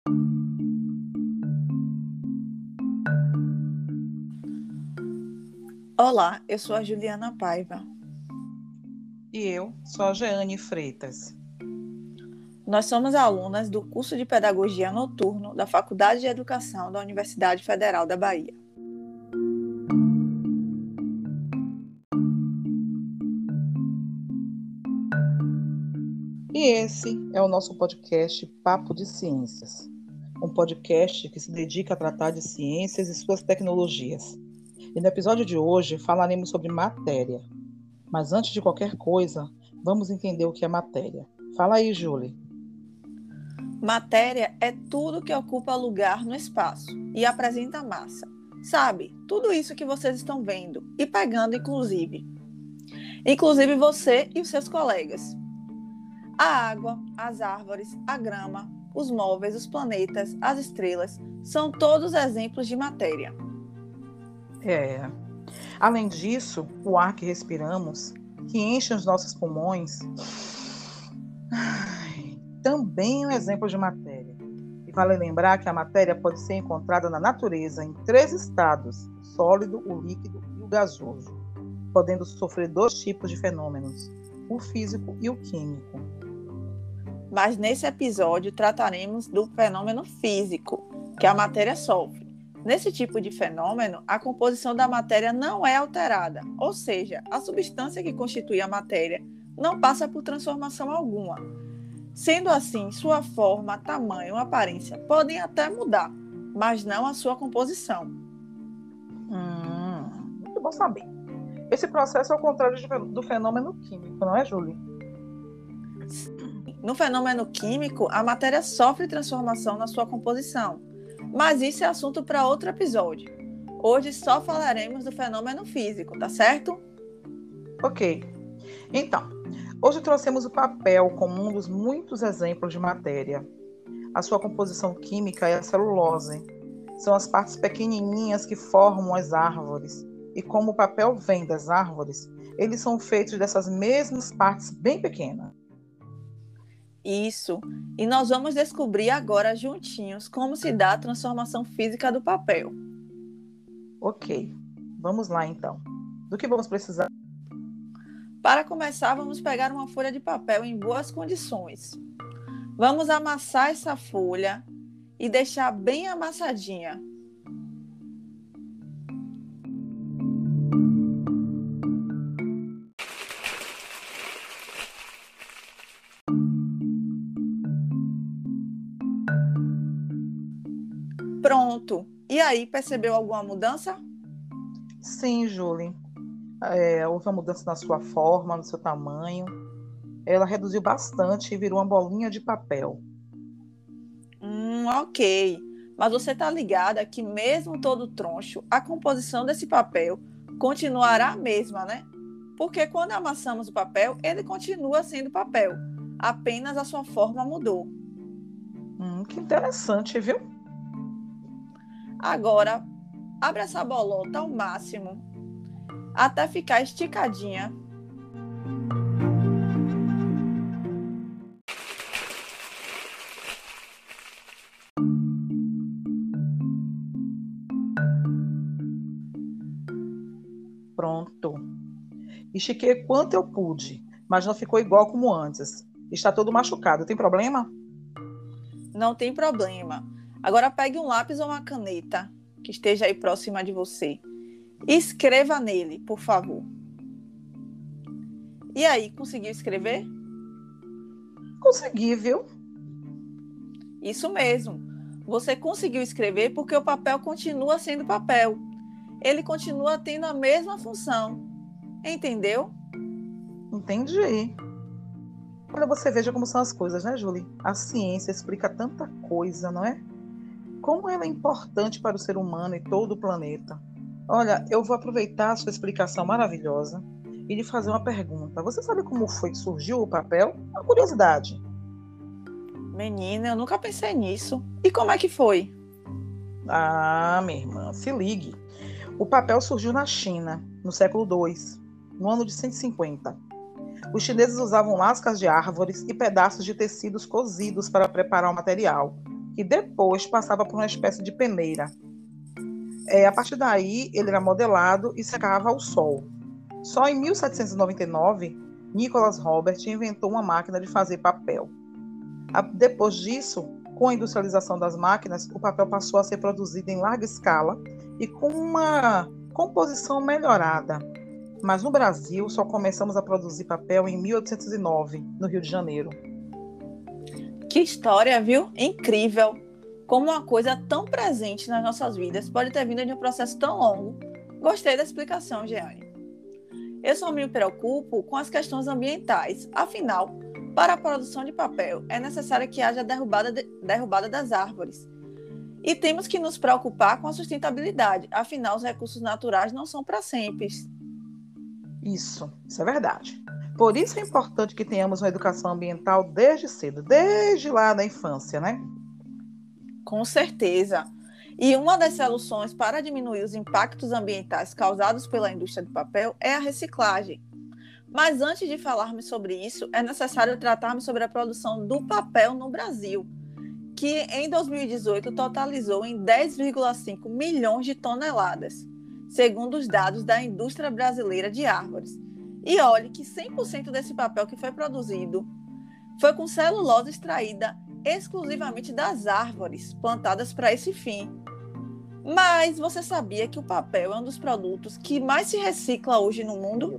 Olá, eu sou a Juliana Paiva. E eu sou a Jeane Freitas. Nós somos alunas do curso de Pedagogia Noturno da Faculdade de Educação da Universidade Federal da Bahia. E esse é o nosso podcast Papo de Ciências, um podcast que se dedica a tratar de ciências e suas tecnologias. E no episódio de hoje falaremos sobre matéria. Mas antes de qualquer coisa, vamos entender o que é matéria. Fala aí, Julie. Matéria é tudo que ocupa lugar no espaço e apresenta massa. Sabe, tudo isso que vocês estão vendo e pegando, inclusive. Inclusive você e os seus colegas. A água, as árvores, a grama, os móveis, os planetas, as estrelas, são todos exemplos de matéria. Além disso, o ar que respiramos, que enche os nossos pulmões, também é um exemplo de matéria. E vale lembrar que a matéria pode ser encontrada na natureza em 3 estados: o sólido, o líquido e o gasoso, podendo sofrer 2 tipos de fenômenos: o físico e o químico. Mas nesse episódio trataremos do fenômeno físico, que a matéria sofre. Nesse tipo de fenômeno, a composição da matéria não é alterada, ou seja, a substância que constitui a matéria não passa por transformação alguma. Sendo assim, sua forma, tamanho, aparência podem até mudar, mas não a sua composição. Muito bom saber. Esse processo é o contrário do fenômeno químico, não é, Julie? No fenômeno químico, a matéria sofre transformação na sua composição, mas isso é assunto para outro episódio. Hoje só falaremos do fenômeno físico, tá certo? Ok. Então, hoje trouxemos o papel como um dos muitos exemplos de matéria. A sua composição química é a celulose. São as partes pequenininhas que formam as árvores. E como o papel vem das árvores, eles são feitos dessas mesmas partes bem pequenas. Isso. E nós vamos descobrir agora juntinhos como se dá a transformação física do papel. Ok. Vamos lá então. Do que vamos precisar? Para começar, vamos pegar uma folha de papel em boas condições. Vamos amassar essa folha e deixar bem amassadinha. Pronto. E aí, percebeu alguma mudança? Sim, Julie. Houve uma mudança na sua forma, no seu tamanho. Ela reduziu bastante e virou uma bolinha de papel. Ok. Mas você está ligada que mesmo todo troncho, a composição desse papel continuará a mesma, né? Porque quando amassamos o papel, ele continua sendo papel. Apenas a sua forma mudou. Que interessante, viu? Agora, abre essa bolota ao máximo, até ficar esticadinha. Pronto. Estiquei quanto eu pude, mas não ficou igual como antes. Está todo machucado. Tem problema? Não tem problema. Agora pegue um lápis ou uma caneta que esteja aí próxima de você e escreva nele, por favor. E aí, conseguiu escrever? Consegui, viu? Isso mesmo. Você conseguiu escrever porque o papel continua sendo papel. Ele continua tendo a mesma função. Entendeu? Entendi. Olha, você veja como são as coisas, né, Julie? A ciência explica tanta coisa, não é? Como ela é importante para o ser humano e todo o planeta. Olha, eu vou aproveitar a sua explicação maravilhosa e lhe fazer uma pergunta. Você sabe como foi que surgiu o papel? Uma curiosidade. Menina, eu nunca pensei nisso. E como é que foi? Minha irmã, se ligue. O papel surgiu na China, no século II, no ano de 150. Os chineses usavam lascas de árvores e pedaços de tecidos cozidos para preparar o material, e depois passava por uma espécie de peneira. A partir daí, ele era modelado e secava ao sol. Só em 1799, Nicholas Robert inventou uma máquina de fazer papel. Depois disso, com a industrialização das máquinas, o papel passou a ser produzido em larga escala e com uma composição melhorada. Mas no Brasil, só começamos a produzir papel em 1809, no Rio de Janeiro. Que história, viu? Incrível! Como uma coisa tão presente nas nossas vidas pode ter vindo de um processo tão longo. Gostei da explicação, Jeane. Eu só me preocupo com as questões ambientais. Afinal, para a produção de papel, é necessário que haja derrubada das árvores. E temos que nos preocupar com a sustentabilidade. Afinal, os recursos naturais não são para sempre. Isso é verdade. Por isso é importante que tenhamos uma educação ambiental desde cedo, desde lá da infância, né? Com certeza. E uma das soluções para diminuir os impactos ambientais causados pela indústria do papel é a reciclagem. Mas antes de falarmos sobre isso, é necessário tratarmos sobre a produção do papel no Brasil, que em 2018 totalizou em 10,5 milhões de toneladas, segundo os dados da indústria brasileira de árvores. E olhe que 100% desse papel que foi produzido foi com celulose extraída exclusivamente das árvores plantadas para esse fim. Mas você sabia que o papel é um dos produtos que mais se recicla hoje no mundo?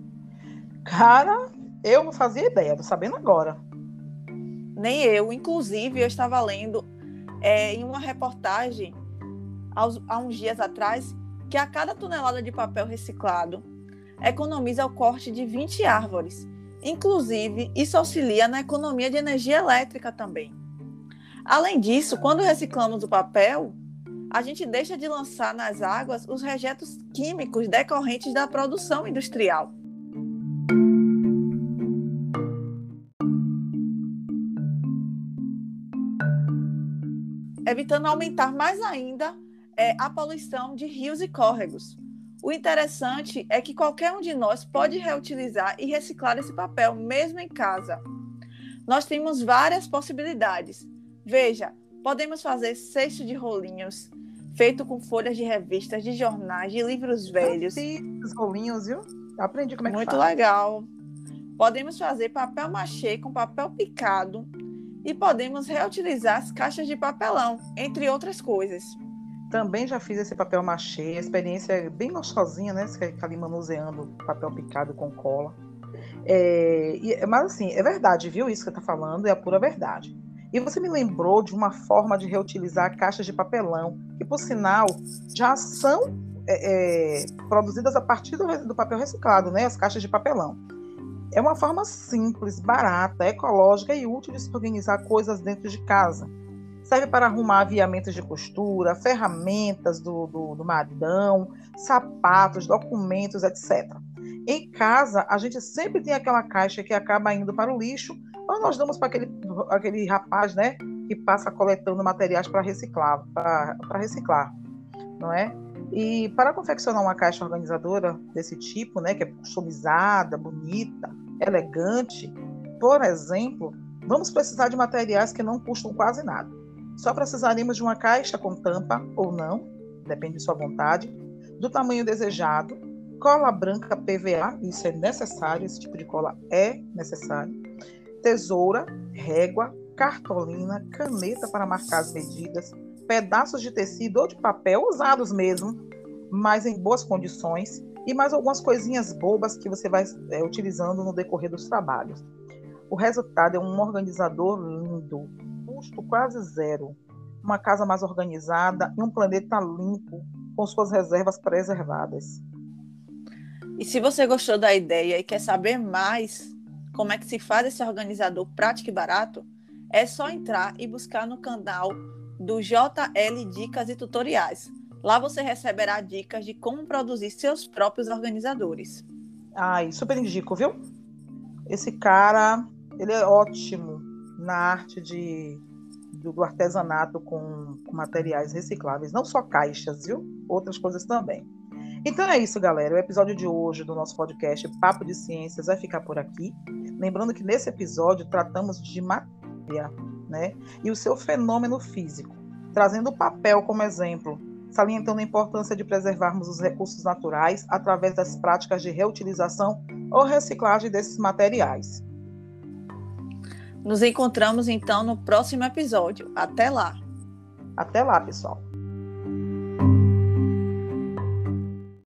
Cara, eu não fazia ideia, tô sabendo agora. Nem eu. Inclusive, eu estava lendo em uma reportagem há uns dias atrás que a cada tonelada de papel reciclado economiza o corte de 20 árvores. Inclusive, isso auxilia na economia de energia elétrica também. Além disso, quando reciclamos o papel, a gente deixa de lançar nas águas os rejeitos químicos decorrentes da produção industrial. Evitando aumentar mais ainda a poluição de rios e córregos. O interessante é que qualquer um de nós pode reutilizar e reciclar esse papel, mesmo em casa. Nós temos várias possibilidades. Veja, podemos fazer cesto de rolinhos, feito com folhas de revistas, de jornais, de livros velhos. Os rolinhos, viu? Aprendi como é que faz. Muito legal. Podemos fazer papel machê com papel picado e podemos reutilizar as caixas de papelão, entre outras coisas. Também já fiz esse papel machê, a experiência é bem gostosinha, né? Você fica ali manuseando papel picado com cola. Mas assim, é verdade, viu? Isso que você está falando é a pura verdade. E você me lembrou de uma forma de reutilizar caixas de papelão, que por sinal já são produzidas a partir do papel reciclado, né? As caixas de papelão. É uma forma simples, barata, ecológica e útil de se organizar coisas dentro de casa. Serve para arrumar aviamentos de costura, ferramentas do maridão, sapatos, documentos, etc. Em casa, a gente sempre tem aquela caixa que acaba indo para o lixo, ou nós damos para aquele rapaz, né, que passa coletando materiais para reciclar, não é? E para confeccionar uma caixa organizadora desse tipo, né, que é customizada, bonita, elegante, por exemplo, vamos precisar de materiais que não custam quase nada. Só precisaremos de uma caixa com tampa ou não, depende de sua vontade, do tamanho desejado, cola branca PVA, isso é necessário, esse tipo de cola é necessário, tesoura, régua, cartolina, caneta para marcar as medidas, pedaços de tecido ou de papel usados mesmo, mas em boas condições, e mais algumas coisinhas bobas que você vai utilizando no decorrer dos trabalhos. O resultado é um organizador lindo, custo quase zero, uma casa mais organizada e um planeta limpo, com suas reservas preservadas. E se você gostou da ideia e quer saber mais como é que se faz esse organizador prático e barato, é só entrar e buscar no canal do JL Dicas e Tutoriais. Lá você receberá dicas de como produzir seus próprios organizadores. Ai, super indico, viu? Esse cara, ele é ótimo na arte do artesanato com materiais recicláveis, não só caixas, viu? Outras coisas também. Então é isso, galera. O episódio de hoje do nosso podcast Papo de Ciências vai ficar por aqui. Lembrando que nesse episódio tratamos de matéria, né? E o seu fenômeno físico, trazendo o papel como exemplo, salientando a importância de preservarmos os recursos naturais através das práticas de reutilização ou reciclagem desses materiais. Nos encontramos então no próximo episódio. Até lá! Até lá, pessoal!